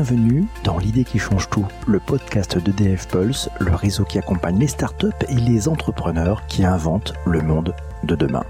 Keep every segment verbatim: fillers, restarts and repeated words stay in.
bienvenue dans l'idée qui change tout, le podcast d'E D F Pulse, le réseau qui accompagne les startups et les entrepreneurs qui inventent le monde de demain.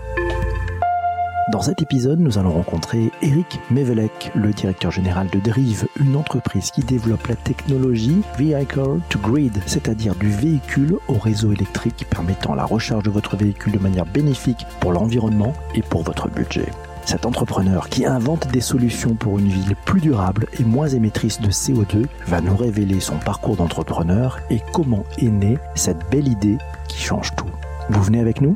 Dans cet épisode, nous allons rencontrer Eric Mevelec, le directeur général de Drive, une entreprise qui développe la technologie Vehicle to Grid, c'est-à-dire du véhicule au réseau électrique permettant la recharge de votre véhicule de manière bénéfique pour l'environnement et pour votre budget. Cet entrepreneur qui invente des solutions pour une ville plus durable et moins émettrice de C O deux va nous révéler son parcours d'entrepreneur et comment est née cette belle idée qui change tout. Vous venez avec nous ?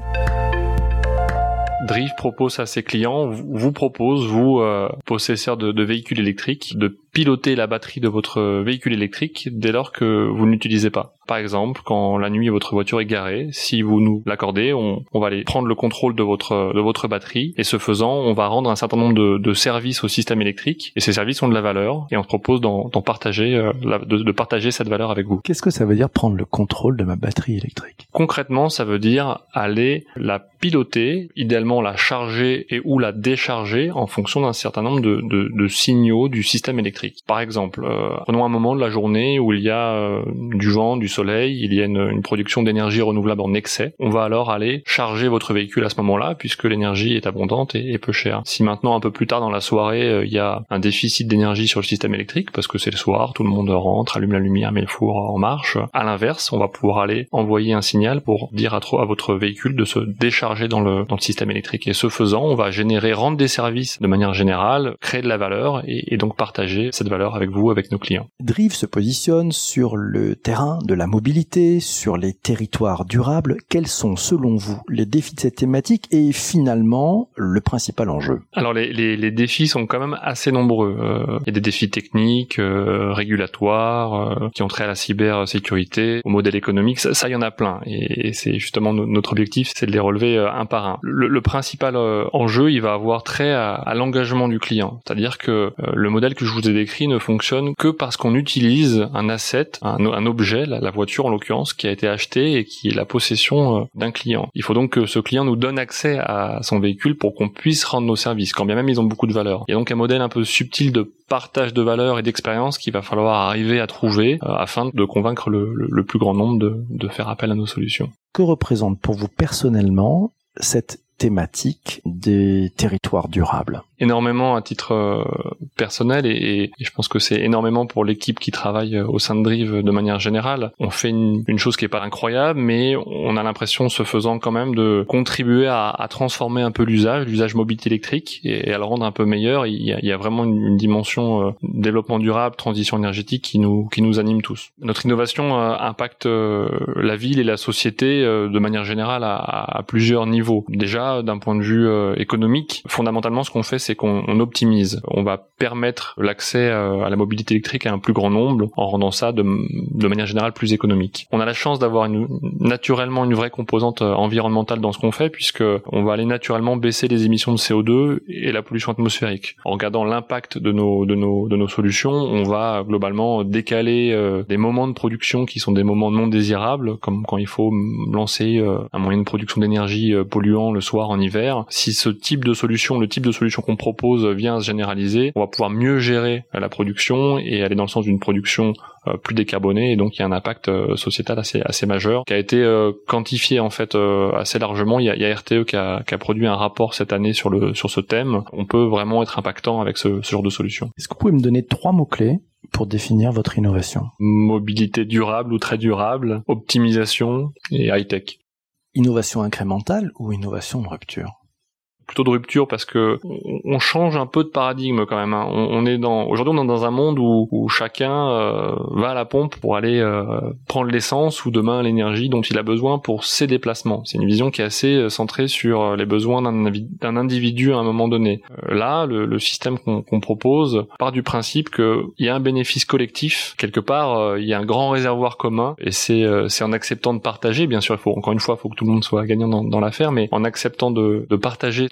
Drive propose à ses clients, vous propose, vous, euh, possesseurs de, de véhicules électriques, de piloter la batterie de votre véhicule électrique dès lors que vous ne l'utilisez pas. Par exemple, quand la nuit votre voiture est garée, si vous nous l'accordez, on, on va aller prendre le contrôle de votre de votre batterie et ce faisant, on va rendre un certain nombre de, de services au système électrique et ces services ont de la valeur et on se propose d'en, d'en partager euh, la, de, de partager cette valeur avec vous. Qu'est-ce que ça veut dire prendre le contrôle de ma batterie électrique ? Concrètement, ça veut dire aller la piloter, idéalement la charger et ou la décharger en fonction d'un certain nombre de, de, de signaux du système électrique. Par exemple, euh, prenons un moment de la journée où il y a euh, du vent, du soleil, il y a une, une production d'énergie renouvelable en excès. On va alors aller charger votre véhicule à ce moment-là puisque l'énergie est abondante et, et peu chère. Si maintenant, un peu plus tard dans la soirée, euh, il y a un déficit d'énergie sur le système électrique parce que c'est le soir, tout le monde rentre, allume la lumière, met le four en marche. À l'inverse, on va pouvoir aller envoyer un signal pour dire à, trop, à votre véhicule de se décharger dans le, dans le système électrique. Et ce faisant, on va générer, rendre des services de manière générale, créer de la valeur et, et donc partager cette valeur avec vous, avec nos clients. Drive se positionne sur le terrain de la mobilité, sur les territoires durables. Quels sont, selon vous, les défis de cette thématique et finalement le principal enjeu ? Alors les, les, les défis sont quand même assez nombreux. Euh, il y a des défis techniques, euh, régulatoires, euh, qui ont trait à la cybersécurité, au modèle économique. Ça, ça, il y en a plein. Et, et c'est justement no, notre objectif, c'est de les relever euh, un par un. Le, le principal euh, enjeu, il va avoir trait à, à l'engagement du client. C'est-à-dire que euh, le modèle que je vous ai décrit ne fonctionne que parce qu'on utilise un asset, un, un objet, la, la voiture en l'occurrence, qui a été achetée et qui est la possession euh, d'un client. Il faut donc que ce client nous donne accès à son véhicule pour qu'on puisse rendre nos services, quand bien même ils ont beaucoup de valeur. Il y a donc un modèle un peu subtil de partage de valeur et d'expérience qu'il va falloir arriver à trouver euh, afin de convaincre le, le, le plus grand nombre de, de faire appel à nos solutions. Que représente pour vous personnellement cette thématique des territoires durables ? Énormément à titre euh, personnel et, et, et je pense que c'est énormément pour l'équipe qui travaille au sein de Drive de manière générale. On fait une, une chose qui est pas incroyable, mais on a l'impression, ce faisant quand même, de contribuer à, à transformer un peu l'usage, l'usage mobilité électrique et, et à le rendre un peu meilleur. Il y a, il y a vraiment une, une dimension euh, développement durable, transition énergétique qui nous qui nous anime tous. Notre innovation euh, impacte euh, la ville et la société euh, de manière générale à, à plusieurs niveaux. Déjà, d'un point de vue euh, économique, fondamentalement, ce qu'on fait, c'est qu'on on optimise. On va permettre l'accès à la mobilité électrique à un plus grand nombre en rendant ça de, de manière générale plus économique. On a la chance d'avoir une, naturellement une vraie composante environnementale dans ce qu'on fait puisque on va aller naturellement baisser les émissions de C O deux et la pollution atmosphérique. En regardant l'impact de nos de nos de nos solutions, on va globalement décaler euh, des moments de production qui sont des moments non désirables, comme quand il faut lancer euh, un moyen de production d'énergie euh, polluant le soir en hiver. Si ce type de solution, le type de solution qu'on propose vient se généraliser, on va pouvoir mieux gérer la production et aller dans le sens d'une production euh, plus décarbonée et donc il y a un impact euh, sociétal assez assez majeur qui a été euh, quantifié en fait euh, assez largement. Il y a, il y a R T E qui a, qui a produit un rapport cette année sur le sur ce thème. On peut vraiment être impactant avec ce, ce genre de solution. Est-ce que vous pouvez me donner trois mots-clés pour définir votre innovation ? Mobilité durable ou très durable, optimisation et high-tech. Innovation incrémentale ou innovation de rupture ? Plutôt de rupture parce que on change un peu de paradigme quand même. Hein. On, on est dans aujourd'hui on est dans un monde où, où chacun euh, va à la pompe pour aller euh, prendre l'essence ou demain l'énergie dont il a besoin pour ses déplacements. C'est une vision qui est assez centrée sur les besoins d'un, d'un individu à un moment donné. Euh, là, le, le système qu'on, qu'on propose part du principe qu'il y a un bénéfice collectif quelque part. Euh, il y a un grand réservoir commun et c'est euh, c'est en acceptant de partager. Bien sûr, il faut encore une fois, il faut que tout le monde soit gagnant dans, dans l'affaire, mais en acceptant de, de partager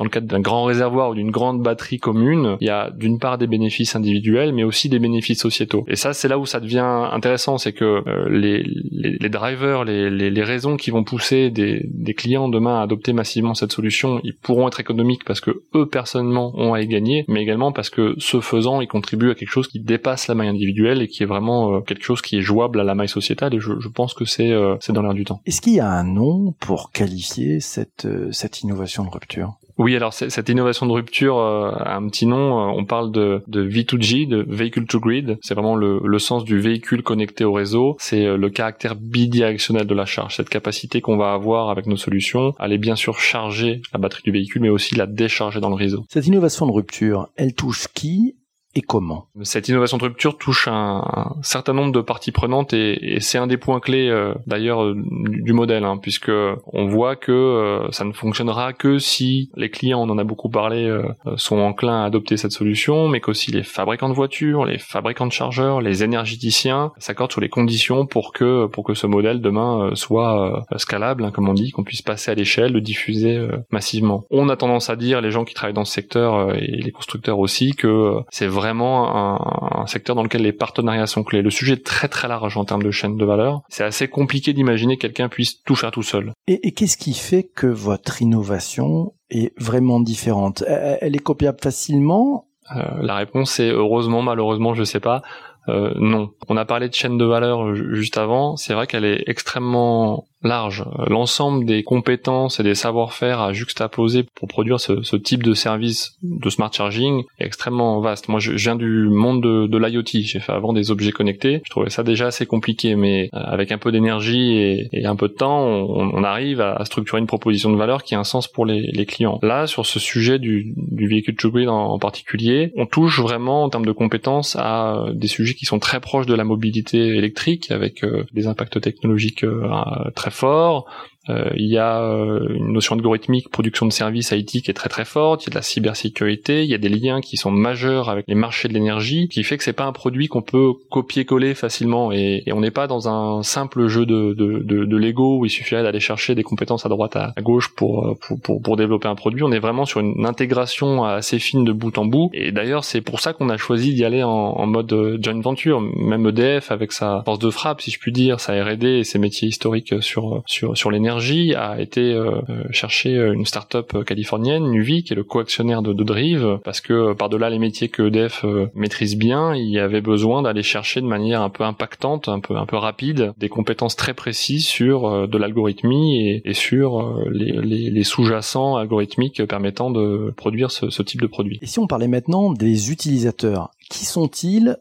dans le cadre d'un grand réservoir ou d'une grande batterie commune, il y a d'une part des bénéfices individuels, mais aussi des bénéfices sociétaux. Et ça, c'est là où ça devient intéressant, c'est que euh, les, les, les drivers, les, les, les raisons qui vont pousser des, des clients demain à adopter massivement cette solution, ils pourront être économiques parce que eux personnellement ont à y gagner, mais également parce que ce faisant, ils contribuent à quelque chose qui dépasse la maille individuelle et qui est vraiment euh, quelque chose qui est jouable à la maille sociétale. Et je, je pense que c'est euh, c'est dans l'air du temps. Est-ce qu'il y a un nom pour qualifier cette euh, cette innovation de rupture? Oui, alors cette innovation de rupture euh, a un petit nom. On parle de, de V deux G, de Vehicle to Grid. C'est vraiment le, le sens du véhicule connecté au réseau. C'est le caractère bidirectionnel de la charge, cette capacité qu'on va avoir avec nos solutions à aller bien sûr charger la batterie du véhicule, mais aussi la décharger dans le réseau. Cette innovation de rupture, elle touche qui et comment? Cette innovation de rupture touche un, un certain nombre de parties prenantes et, et c'est un des points clés euh, d'ailleurs euh, du, du modèle, hein, puisque on voit que euh, ça ne fonctionnera que si les clients, on en a beaucoup parlé, euh, sont enclins à adopter cette solution, mais qu'aussi les fabricants de voitures, les fabricants de chargeurs, les énergéticiens s'accordent sur les conditions pour que pour que ce modèle demain euh, soit euh, scalable, hein, comme on dit, qu'on puisse passer à l'échelle, le diffuser euh, massivement. On a tendance à dire, les gens qui travaillent dans ce secteur euh, et les constructeurs aussi, que euh, c'est vraiment vraiment un, un secteur dans lequel les partenariats sont clés. Le sujet est très très large en termes de chaîne de valeur. C'est assez compliqué d'imaginer que quelqu'un puisse tout faire tout seul. Et, et qu'est-ce qui fait que votre innovation est vraiment différente? Elle est copiable facilement? euh, La réponse est heureusement, malheureusement, je sais pas. Euh, non. On a parlé de chaîne de valeur juste avant. C'est vrai qu'elle est extrêmement large. L'ensemble des compétences et des savoir-faire à juxtaposer pour produire ce, ce type de service de smart charging est extrêmement vaste. Moi, je, je viens du monde de, de l'I O T. J'ai fait avant des objets connectés. Je trouvais ça déjà assez compliqué, mais avec un peu d'énergie et, et un peu de temps, on, on arrive à structurer une proposition de valeur qui a un sens pour les, les clients. Là, sur ce sujet du, du véhicule to grid en, en particulier, on touche vraiment en termes de compétences à des sujets qui sont très proches de la mobilité électrique, avec euh, des impacts technologiques euh, très fort. Euh, il y a euh, une notion algorithmique, production de services I T qui est très très forte, il y a de la cybersécurité, il y a des liens qui sont majeurs avec les marchés de l'énergie, qui fait que c'est pas un produit qu'on peut copier-coller facilement, et, et on n'est pas dans un simple jeu de, de, de, de Lego où il suffirait d'aller chercher des compétences à droite à, à gauche pour, pour, pour, pour développer un produit. On est vraiment sur une intégration assez fine de bout en bout, et d'ailleurs c'est pour ça qu'on a choisi d'y aller en, en mode joint venture. Même E D F, avec sa force de frappe si je puis dire, sa R et D et ses métiers historiques sur, sur, sur l'énergie, a été euh, chercher une start-up californienne, Nuvve, qui est le co-actionnaire de, de Drive, parce que par-delà les métiers que E D F euh, maîtrise bien, il y avait besoin d'aller chercher de manière un peu impactante, un peu un peu rapide, des compétences très précises sur euh, de l'algorithmie et, et sur euh, les, les, les sous-jacents algorithmiques permettant de produire ce, ce type de produit. Et si on parlait maintenant des utilisateurs, qui sont-ils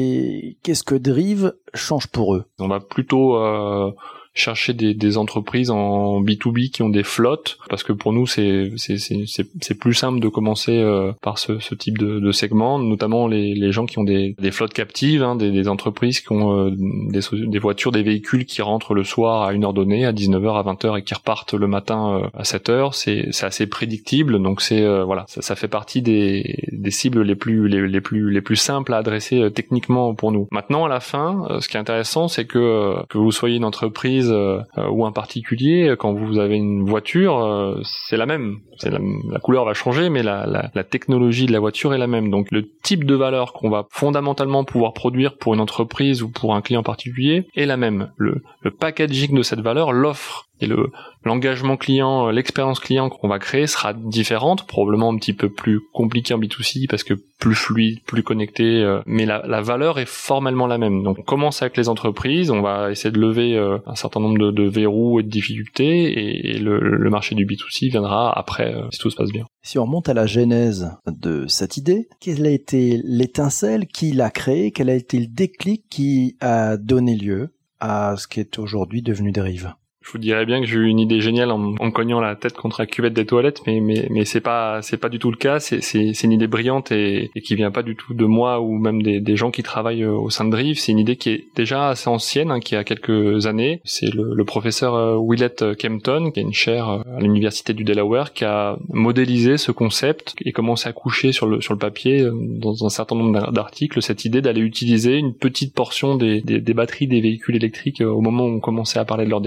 et qu'est-ce que Drive change pour eux? On va plutôt euh, chercher des, des entreprises en B deux B qui ont des flottes, parce que pour nous c'est c'est c'est c'est, c'est plus simple de commencer euh, par ce, ce type de, de segment, notamment les les gens qui ont des des flottes captives, hein, des, des entreprises qui ont euh, des des voitures, des véhicules qui rentrent le soir à une heure donnée, à dix-neuf heures, à vingt heures, et qui repartent le matin euh, à sept heures. C'est c'est assez prédictible, donc c'est euh, voilà, ça, ça fait partie des des cibles les plus les les plus les plus simples à adresser euh, techniquement pour nous. Maintenant, à la fin, euh, ce qui est intéressant, c'est que euh, que vous soyez une entreprise Euh, ou un particulier, quand vous avez une voiture, euh, c'est la même. C'est la, la couleur va changer, mais la, la, la technologie de la voiture est la même. Donc le type de valeur qu'on va fondamentalement pouvoir produire pour une entreprise ou pour un client particulier est la même. Le, le packaging de cette valeur, l'offre et le l'engagement client, l'expérience client qu'on va créer sera différente, probablement un petit peu plus compliqué en B deux C parce que plus fluide, plus connecté, euh, mais la, la valeur est formellement la même. Donc on commence avec les entreprises, on va essayer de lever euh, un certain nombre de, de verrous et de difficultés, et, et le, le marché du B deux C viendra après, euh, si tout se passe bien. Si on remonte à la genèse de cette idée, quelle a été l'étincelle qui l'a créée, quel a été le déclic qui a donné lieu à ce qui est aujourd'hui devenu Drive? Je vous dirais bien que j'ai eu une idée géniale en, en cognant la tête contre la cuvette des toilettes, mais mais mais c'est pas c'est pas du tout le cas. C'est c'est c'est une idée brillante et, et qui vient pas du tout de moi ou même des des gens qui travaillent au sein de Drive. C'est une idée qui est déjà assez ancienne, hein, qui a quelques années. C'est le, le professeur Willett Kempton, qui a une chaire à l'université du Delaware, qui a modélisé ce concept et commencé à coucher sur le sur le papier dans un certain nombre d'articles cette idée d'aller utiliser une petite portion des des, des batteries des véhicules électriques au moment où on commençait à parler de leur déploiement,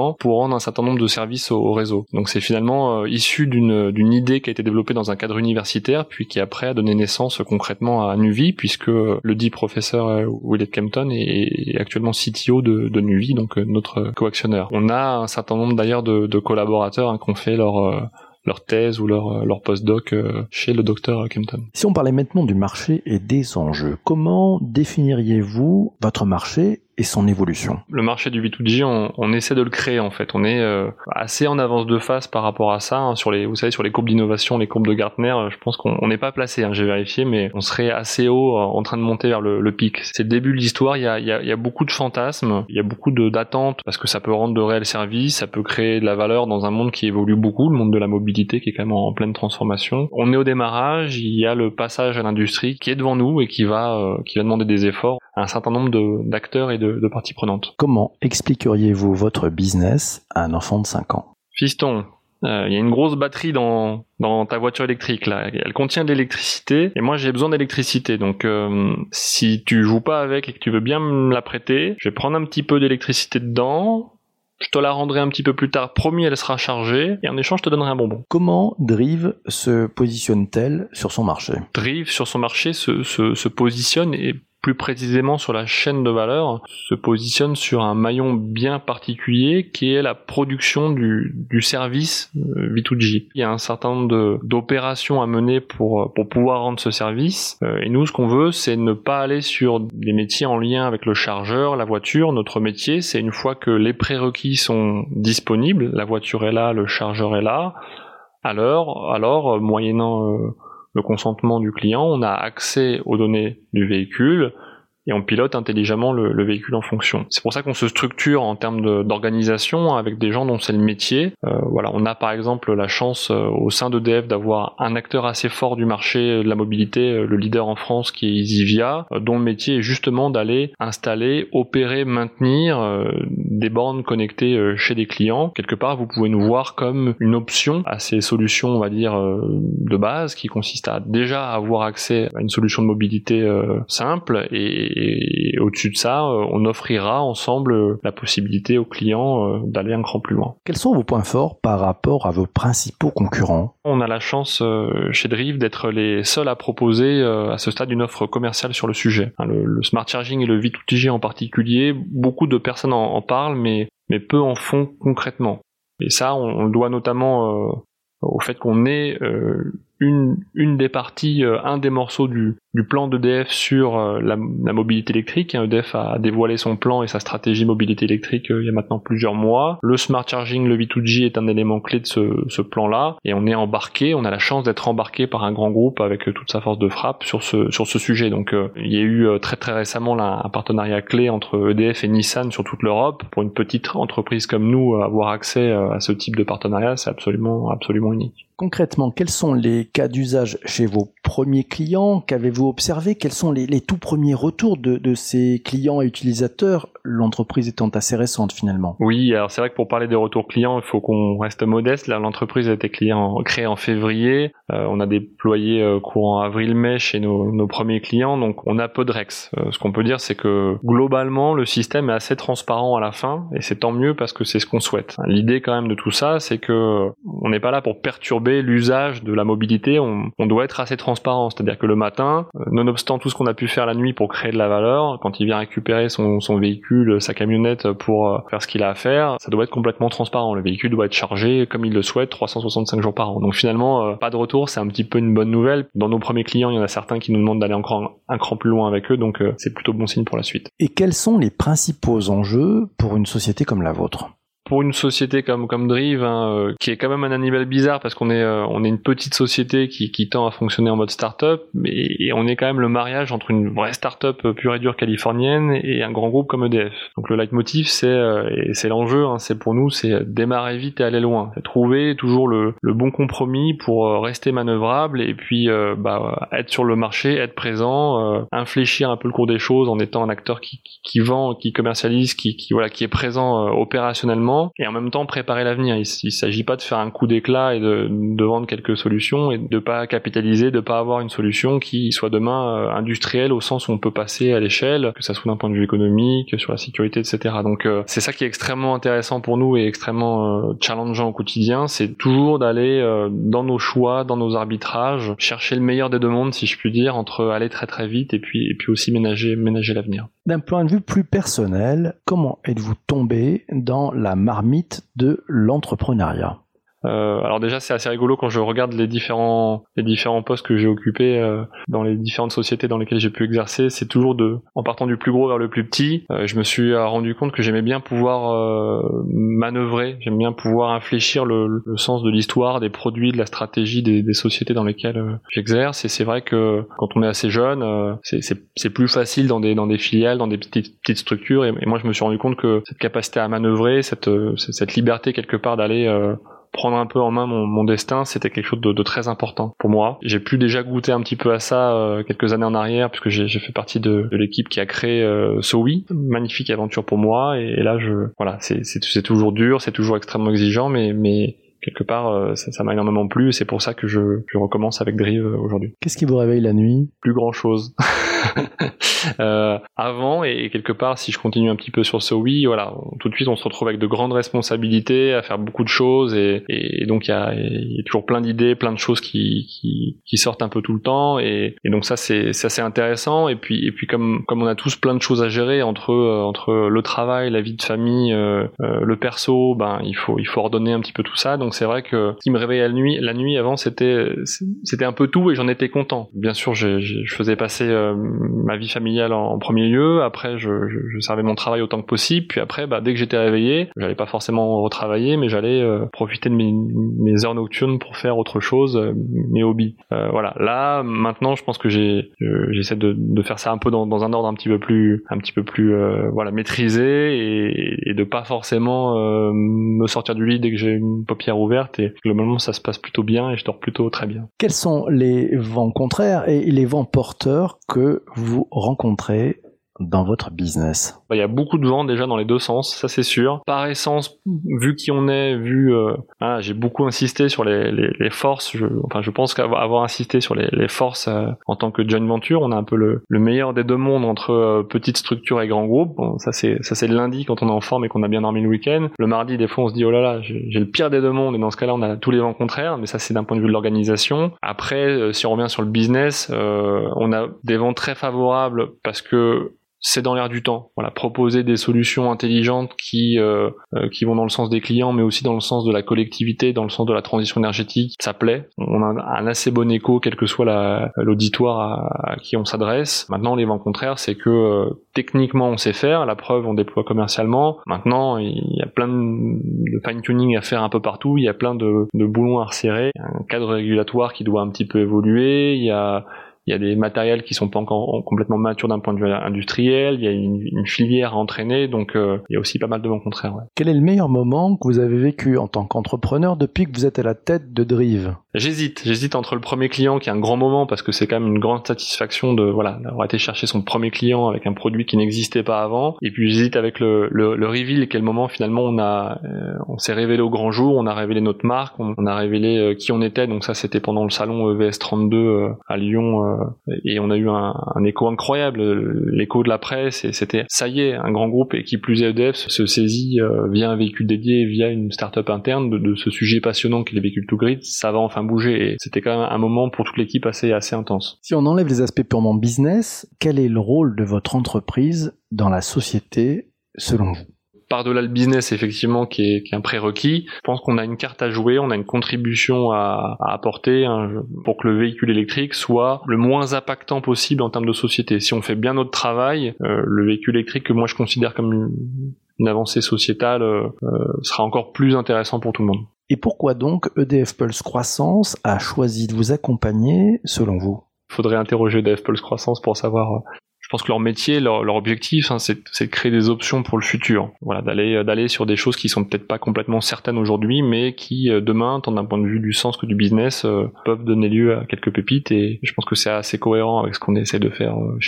clients pour rendre un certain nombre de services au, au réseau. Donc c'est finalement euh, issu d'une, d'une idée qui a été développée dans un cadre universitaire, puis qui après a donné naissance concrètement à Nuvie, puisque le dit professeur euh, Willett Kempton est, est actuellement C T O de, de Nuvie, donc euh, notre coactionneur. On a un certain nombre d'ailleurs de, de collaborateurs hein, qui ont fait leur... Euh, leur thèse ou leur, leur post-doc chez le docteur Kempton. Si on parlait maintenant du marché et des enjeux, comment définiriez-vous votre marché et son évolution? Le marché du B deux G, on, on essaie de le créer en fait. On est euh, assez en avance de phase par rapport à ça. Hein, sur les, vous savez, sur les courbes d'innovation, les courbes de Gartner, je pense qu'on n'est pas placé. Hein, j'ai vérifié, mais on serait assez haut, euh, en train de monter vers le, le pic. C'est le début de l'histoire. Il y a, il y a, il y a beaucoup de fantasmes, il y a beaucoup de, d'attentes parce que ça peut rendre de réels services, ça peut créer de la valeur dans un monde qui évolue beaucoup, le monde de la mobilité qui est quand même en, en pleine transformation. On est au démarrage. Il y a le passage à l'industrie qui est devant nous et qui va, euh, qui va demander des efforts à un certain nombre de, d'acteurs et de, de parties prenantes. Comment expliqueriez-vous votre business à un enfant de cinq ans? Fiston, il euh, y a une grosse batterie dans dans ta voiture électrique là. Elle contient de l'électricité et moi j'ai besoin d'électricité. Donc euh, si tu joues pas avec et que tu veux bien me la prêter, je vais prendre un petit peu d'électricité dedans. Je te la rendrai un petit peu plus tard. Promis, elle sera chargée et en échange, je te donnerai un bonbon. Comment Driiv se positionne-t-elle sur son marché? Driiv sur son marché se se, se positionne et plus précisément sur la chaîne de valeur, se positionne sur un maillon bien particulier qui est la production du, du service B deux G. Il y a un certain nombre de, d'opérations à mener pour, pour pouvoir rendre ce service. Et nous, ce qu'on veut, c'est ne pas aller sur des métiers en lien avec le chargeur, la voiture. Notre métier, c'est une fois que les prérequis sont disponibles, la voiture est là, le chargeur est là, alors, alors moyennant... Euh, le consentement du client, on a accès aux données du véhicule et on pilote intelligemment le, le véhicule en fonction. C'est pour ça qu'on se structure en termes de, d'organisation avec des gens dont c'est le métier. Euh, voilà, on a par exemple la chance euh, au sein d'E D F d'avoir un acteur assez fort du marché de la mobilité, euh, le leader en France qui est Easyvia, euh, dont le métier est justement d'aller installer, opérer, maintenir euh, des bornes connectées euh, chez des clients. Quelque part, vous pouvez nous voir comme une option à ces solutions, on va dire, euh, de base, qui consiste à déjà avoir accès à une solution de mobilité euh, simple et Et au-dessus de ça, on offrira ensemble la possibilité aux clients d'aller un cran plus loin. Quels sont vos points forts par rapport à vos principaux concurrents? On a la chance chez Driiv d'être les seuls à proposer à ce stade une offre commerciale sur le sujet. Le, le smart charging et le V deux G en particulier, beaucoup de personnes en, en parlent, mais, mais peu en font concrètement. Et ça, on, on le doit notamment euh, au fait qu'on est euh, une, une des parties, euh, un des morceaux du, du plan d'E D F sur euh, la, la mobilité électrique. E D F a dévoilé son plan et sa stratégie mobilité électrique euh, il y a maintenant plusieurs mois. Le smart charging, le V deux G est un élément clé de ce, ce plan-là et on est embarqué, on a la chance d'être embarqué par un grand groupe avec euh, toute sa force de frappe sur ce, sur ce sujet. Donc euh, il y a eu euh, très très récemment là, un partenariat clé entre E D F et Nissan sur toute l'Europe. Pour une petite entreprise comme nous, euh, avoir accès euh, à ce type de partenariat, c'est absolument absolument unique. Concrètement, quels sont les cas d'usage chez vos premiers clients? Qu'avez-vous observé? Quels sont les, les tout premiers retours de, de ces clients et utilisateurs, l'entreprise étant assez récente finalement? Oui, alors c'est vrai que pour parler des retours clients, il faut qu'on reste modeste. Là, l'entreprise a été client, créée en février. Euh, on a déployé euh, courant avril-mai chez nos, nos premiers clients, donc on a peu de rex. Euh, ce qu'on peut dire, c'est que globalement, le système est assez transparent à la fin, et c'est tant mieux parce que c'est ce qu'on souhaite. L'idée quand même de tout ça, c'est que on n'est pas là pour perturber l'usage de la mobilité, on, on doit être assez transparent, c'est-à-dire que le matin, euh, nonobstant tout ce qu'on a pu faire la nuit pour créer de la valeur, quand il vient récupérer son, son véhicule, sa camionnette pour euh, faire ce qu'il a à faire, ça doit être complètement transparent. Le véhicule doit être chargé comme il le souhaite trois cent soixante-cinq jours par an. Donc finalement, euh, pas de retour, c'est un petit peu une bonne nouvelle. Dans nos premiers clients, il y en a certains qui nous demandent d'aller encore un, un cran plus loin avec eux, donc euh, c'est plutôt bon signe pour la suite. Et quels sont les principaux enjeux pour une société comme la vôtre ? Pour une société comme comme Driiv, hein, euh, qui est quand même un animal bizarre parce qu'on est euh, on est une petite société qui qui tend à fonctionner en mode start-up, mais et on est quand même le mariage entre une vraie start-up pure et dure californienne et un grand groupe comme E D F. Donc le leitmotiv, c'est euh, et c'est l'enjeu, hein, c'est pour nous, c'est démarrer vite et aller loin, c'est trouver toujours le le bon compromis pour euh, rester manœuvrable et puis euh, bah être sur le marché, être présent, euh, infléchir un peu le cours des choses en étant un acteur qui qui, qui vend, qui commercialise, qui qui voilà qui est présent euh, opérationnellement. présent et en même temps préparer l'avenir. Il, il s'agit pas de faire un coup d'éclat et de, de vendre quelques solutions et de pas capitaliser, de pas avoir une solution qui soit demain euh, industrielle au sens où on peut passer à l'échelle, que ça soit d'un point de vue économique, sur la sécurité, et cetera. Donc euh, c'est ça qui est extrêmement intéressant pour nous et extrêmement euh, challengeant au quotidien, c'est toujours d'aller euh, dans nos choix, dans nos arbitrages, chercher le meilleur des deux mondes, si je puis dire, entre aller très très vite et puis et puis aussi ménager ménager l'avenir. D'un point de vue plus personnel, comment êtes-vous tombé dans la marmite de l'entrepreneuriat ? Euh, alors déjà c'est assez rigolo quand je regarde les différents les différents postes que j'ai occupés euh, dans les différentes sociétés dans lesquelles j'ai pu exercer, c'est toujours de en partant du plus gros vers le plus petit. Euh, je me suis rendu compte que j'aimais bien pouvoir euh, manœuvrer, j'aime bien pouvoir infléchir le, le sens de l'histoire, des produits, de la stratégie des, des sociétés dans lesquelles euh, j'exerce. Et c'est vrai que quand on est assez jeune, euh, c'est, c'est c'est plus facile dans des dans des filiales, dans des petites petites structures. Et, et moi je me suis rendu compte que cette capacité à manœuvrer, cette cette liberté quelque part d'aller euh, prendre un peu en main mon, mon destin, c'était quelque chose de, de très important pour moi. J'ai pu déjà goûter un petit peu à ça euh, quelques années en arrière, puisque j'ai, j'ai fait partie de, de l'équipe qui a créé euh, Sowi, magnifique aventure pour moi. Et, et là, je voilà, c'est, c'est, c'est toujours dur, c'est toujours extrêmement exigeant, mais mais quelque part, euh, ça, ça m'a énormément plu. Et c'est pour ça que je, je recommence avec Drive euh, aujourd'hui. Qu'est-ce qui vous réveille la nuit ? Plus grand chose. euh, avant et quelque part si je continue un petit peu sur ce oui, voilà, on, tout de suite on se retrouve avec de grandes responsabilités, à faire beaucoup de choses et, et, et donc il y a, y a toujours plein d'idées, plein de choses qui, qui, qui sortent un peu tout le temps et, et donc ça c'est, c'est assez intéressant et puis et puis comme comme on a tous plein de choses à gérer entre euh, entre le travail, la vie de famille, euh, euh, le perso, ben il faut il faut ordonner un petit peu tout ça. Donc c'est vrai que ce qui me réveillait la nuit, la nuit avant c'était c'était un peu tout et j'en étais content. Bien sûr, j'ai, j'ai, je faisais passer euh, ma vie familiale en, en premier lieu, après je, je, je servais mon travail autant que possible, puis après bah, dès que j'étais réveillé, j'allais pas forcément retravailler, mais j'allais euh, profiter de mes, mes heures nocturnes pour faire autre chose, euh, mes hobbies. Euh, voilà, là maintenant je pense que j'ai je, j'essaie de, de faire ça un peu dans, dans un ordre un petit peu plus un petit peu plus euh, voilà maîtrisé et, et de pas forcément euh, me sortir du lit dès que j'ai une paupière ouverte et globalement ça se passe plutôt bien et je dors plutôt très bien. Quels sont les vents contraires et les vents porteurs que vous rencontrez dans votre business? Il y a beaucoup de vent déjà dans les deux sens, ça c'est sûr. Par essence, vu qui on est, vu, euh, ah, j'ai beaucoup insisté sur les, les, les forces. Je, enfin, je pense qu'avoir avoir insisté sur les, les forces euh, en tant que joint venture, on a un peu le, le meilleur des deux mondes entre euh, petite structure et grand groupe. Bon, ça c'est ça c'est le lundi quand on est en forme et qu'on a bien dormi le week-end. Le mardi, des fois, on se dit oh là là, j'ai, j'ai le pire des deux mondes et dans ce cas-là, on a tous les vents contraires. Mais ça c'est d'un point de vue de l'organisation. Après, euh, si on revient sur le business, euh, on a des vents très favorables parce que c'est dans l'air du temps. Voilà, proposer des solutions intelligentes qui euh, euh, qui vont dans le sens des clients, mais aussi dans le sens de la collectivité, dans le sens de la transition énergétique. Ça plaît. On a un assez bon écho, quel que soit la, l'auditoire à, à qui on s'adresse. Maintenant, les vents contraires, c'est que euh, techniquement, on sait faire. La preuve, on déploie commercialement. Maintenant, il y a plein de fine-tuning à faire un peu partout. Il y a plein de, de boulons à resserrer. Il y a un cadre régulatoire qui doit un petit peu évoluer. Il y a Il y a des matériels qui sont pas encore complètement matures d'un point de vue industriel, il y a une, une filière à entraîner, donc euh, il y a aussi pas mal de vents contraires. Ouais. Quel est le meilleur moment que vous avez vécu en tant qu'entrepreneur depuis que vous êtes à la tête de Drive ? J'hésite, j'hésite entre le premier client qui est un grand moment parce que c'est quand même une grande satisfaction de voilà d'avoir été chercher son premier client avec un produit qui n'existait pas avant, et puis j'hésite avec le le, le reveal, quel moment finalement on a euh, on s'est révélé au grand jour, on a révélé notre marque, on, on a révélé euh, qui on était, donc ça c'était pendant le salon E V S trente-deux euh, à Lyon. Euh, et on a eu un, un écho incroyable, l'écho de la presse, et c'était ça y est, un grand groupe et qui plus est E D F se saisit euh, via un véhicule dédié, via une start-up interne de, de ce sujet passionnant qu'est les véhicules to grid. Ça va enfin bouger et c'était quand même un moment pour toute l'équipe assez assez intense. Si on enlève les aspects purement business, quel est le rôle de votre entreprise dans la société selon vous ? Par-delà le business, effectivement, qui est, qui est un prérequis, je pense qu'on a une carte à jouer, on a une contribution à, à apporter hein, pour que le véhicule électrique soit le moins impactant possible en termes de société. Si on fait bien notre travail, euh, le véhicule électrique, que moi je considère comme une, une avancée sociétale, euh, sera encore plus intéressant pour tout le monde. Et pourquoi donc E D F Pulse Croissance a choisi de vous accompagner, selon vous ? Il faudrait interroger E D F Pulse Croissance pour savoir... Je pense que leur métier, leur, leur objectif, hein, c'est, c'est de créer des options pour le futur. Voilà, d'aller, d'aller sur des choses qui sont peut-être pas complètement certaines aujourd'hui, mais qui demain, tant d'un point de vue du sens que du business, euh, peuvent donner lieu à quelques pépites. Et je pense que c'est assez cohérent avec ce qu'on essaie de faire euh, chez Drive.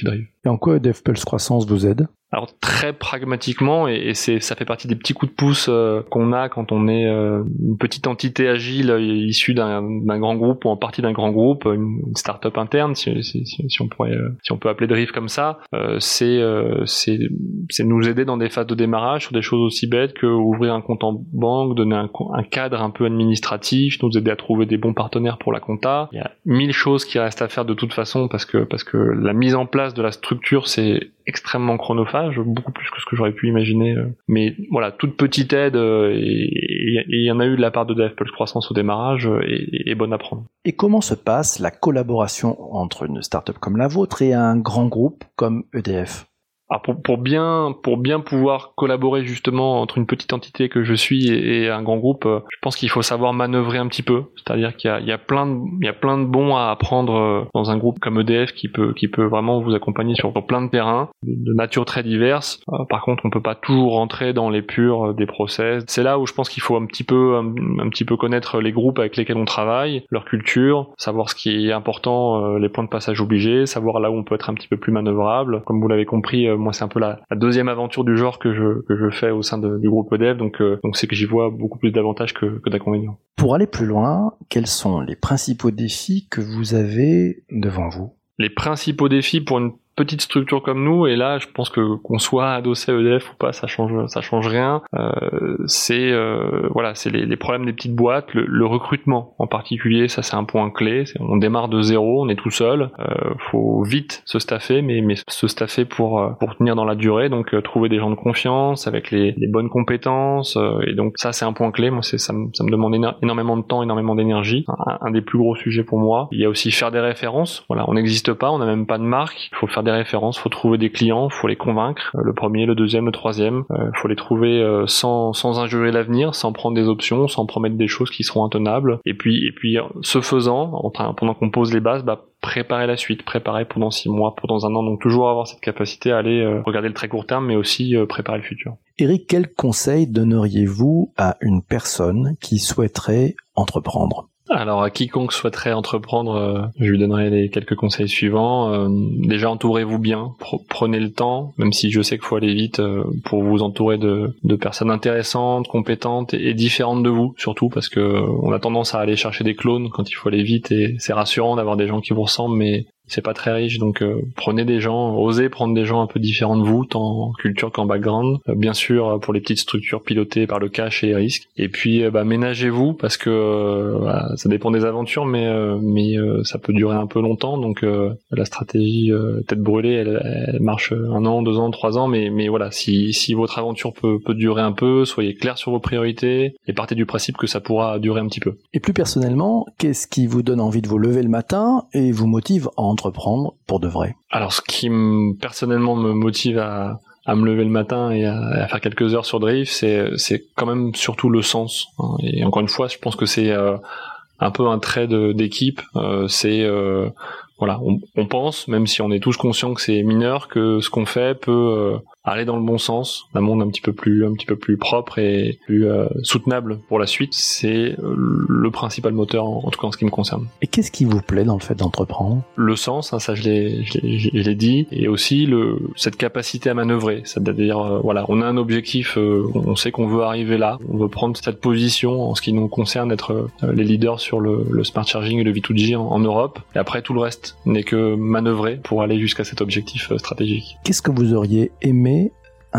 Et en quoi E D F Pulse Croissance vous aide ? Alors très pragmatiquement, et, et c'est ça fait partie des petits coups de pouce euh, qu'on a quand on est euh, une petite entité agile euh, issue d'un, d'un grand groupe ou en partie d'un grand groupe, une, une start-up interne, si, si, si, si on pourrait, euh, si on peut appeler Drive comme ça, euh, c'est euh, c'est c'est nous aider dans des phases de démarrage sur des choses aussi bêtes que ouvrir un compte en banque, donner un, un cadre un peu administratif, nous aider à trouver des bons partenaires pour la compta. Il y a mille choses qui restent à faire de toute façon parce que parce que la mise en place de la structure c'est extrêmement chronophage, beaucoup plus que ce que j'aurais pu imaginer. Mais voilà, toute petite aide, et il y en a eu de la part de E D F Pulse Croissance au démarrage, et, et bonne à prendre. Et comment se passe la collaboration entre une start-up comme la vôtre et un grand groupe comme E D F ? Alors pour, pour bien pour bien pouvoir collaborer justement entre une petite entité que je suis et, et un grand groupe, je pense qu'il faut savoir manœuvrer un petit peu. C'est-à-dire qu'il y a, il y a plein de il y a plein de bons à apprendre dans un groupe comme E D F qui peut qui peut vraiment vous accompagner sur, sur plein de terrains de nature très diverses. Euh, par contre, on peut pas toujours rentrer dans les purs des process. C'est là où je pense qu'il faut un petit peu un, un petit peu connaître les groupes avec lesquels on travaille, leur culture, savoir ce qui est important, euh, les points de passage obligés, savoir là où on peut être un petit peu plus manœuvrable. Comme vous l'avez compris, euh, moi c'est un peu la, la deuxième aventure du genre que je que je fais au sein de, du groupe E D F, donc euh, donc c'est que j'y vois beaucoup plus d'avantages que, que d'inconvénients. Pour aller plus loin, quels sont les principaux défis que vous avez devant vous ? Les principaux défis pour une petite structure comme nous, et là je pense que qu'on soit adossé à E D F ou pas, ça change ça change rien. Euh, c'est euh, voilà, c'est les, les problèmes des petites boîtes, le, le recrutement en particulier, ça c'est un point clé. C'est, on démarre de zéro, on est tout seul, euh, faut vite se staffer, mais mais se staffer pour pour tenir dans la durée, donc euh, trouver des gens de confiance avec les, les bonnes compétences, euh, et donc ça c'est un point clé. Moi c'est ça me ça me demande éno- énormément de temps, énormément d'énergie. Un, un des plus gros sujets pour moi. Il y a aussi faire des références. Voilà, on n'existe pas, on n'a même pas de marque. Il faut faire des références, faut trouver des clients, faut les convaincre, le premier, le deuxième, le troisième, euh, faut les trouver euh, sans sans injurer l'avenir, sans prendre des options, sans promettre des choses qui seront intenables. Et puis et puis ce faisant, enfin, pendant qu'on pose les bases, bah préparer la suite, préparer pendant six mois, pendant un an, donc toujours avoir cette capacité à aller euh, regarder le très court terme, mais aussi euh, préparer le futur. Eric, quel conseil donneriez-vous à une personne qui souhaiterait entreprendre ? Alors à quiconque souhaiterait entreprendre, euh, je lui donnerai les quelques conseils suivants. Euh, déjà, entourez-vous bien, Pre- prenez le temps, même si je sais qu'il faut aller vite, euh, pour vous entourer de, de personnes intéressantes, compétentes et, et différentes de vous, surtout parce que euh, on a tendance à aller chercher des clones quand il faut aller vite, et c'est rassurant d'avoir des gens qui vous ressemblent, mais c'est pas très riche, donc euh, prenez des gens, osez prendre des gens un peu différents de vous, tant en culture qu'en background. Euh, bien sûr, pour les petites structures pilotées par le cash et les risques. Et puis, euh, bah, ménagez-vous, parce que euh, voilà, ça dépend des aventures, mais euh, mais euh, ça peut durer un peu longtemps. Donc euh, la stratégie euh, tête brûlée, elle, elle marche un an, deux ans, trois ans, mais mais voilà, si si votre aventure peut peut durer un peu, soyez clair sur vos priorités et partez du principe que ça pourra durer un petit peu. Et plus personnellement, qu'est-ce qui vous donne envie de vous lever le matin et vous motive à entreprendre pour de vrai ? Alors, ce qui me, personnellement me motive à, à me lever le matin et à, à faire quelques heures sur Drive, c'est, c'est quand même surtout le sens. Hein. Et encore une fois, je pense que c'est euh, un peu un trait de, d'équipe. Euh, c'est euh, voilà, on, on pense, même si on est tous conscients que c'est mineur, que ce qu'on fait peut euh, aller dans le bon sens, un monde un petit peu plus un petit peu plus propre et plus euh, soutenable pour la suite. C'est le principal moteur, en, en tout cas en ce qui me concerne. Et qu'est-ce qui vous plaît dans le fait d'entreprendre ? Le sens, hein, ça je l'ai, je l'ai, je l'ai dit, et aussi le cette capacité à manœuvrer. C'est-à-dire, euh, voilà, on a un objectif, euh, on sait qu'on veut arriver là, on veut prendre cette position en ce qui nous concerne, être euh, les leaders sur le, le smart charging et le V deux G en, en Europe. Et après, tout le reste n'est que manœuvrer pour aller jusqu'à cet objectif euh, stratégique. Qu'est-ce que vous auriez aimé inventer ?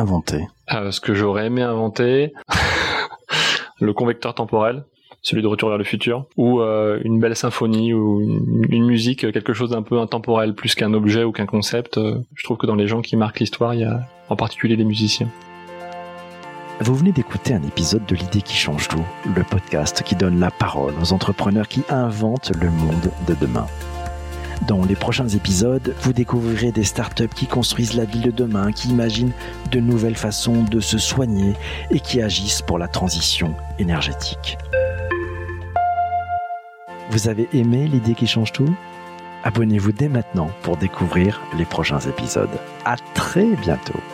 Euh, ce que j'aurais aimé inventer, le convecteur temporel, celui de Retour vers le futur, ou euh, une belle symphonie, ou une, une musique, quelque chose d'un peu intemporel, plus qu'un objet ou qu'un concept. Euh, je trouve que dans les gens qui marquent l'histoire, il y a en particulier les musiciens. Vous venez d'écouter un épisode de L'idée qui change tout, le podcast qui donne la parole aux entrepreneurs qui inventent le monde de demain. Dans les prochains épisodes, vous découvrirez des startups qui construisent la ville de demain, qui imaginent de nouvelles façons de se soigner et qui agissent pour la transition énergétique. Vous avez aimé L'idée qui change tout ? Abonnez-vous dès maintenant pour découvrir les prochains épisodes. À très bientôt.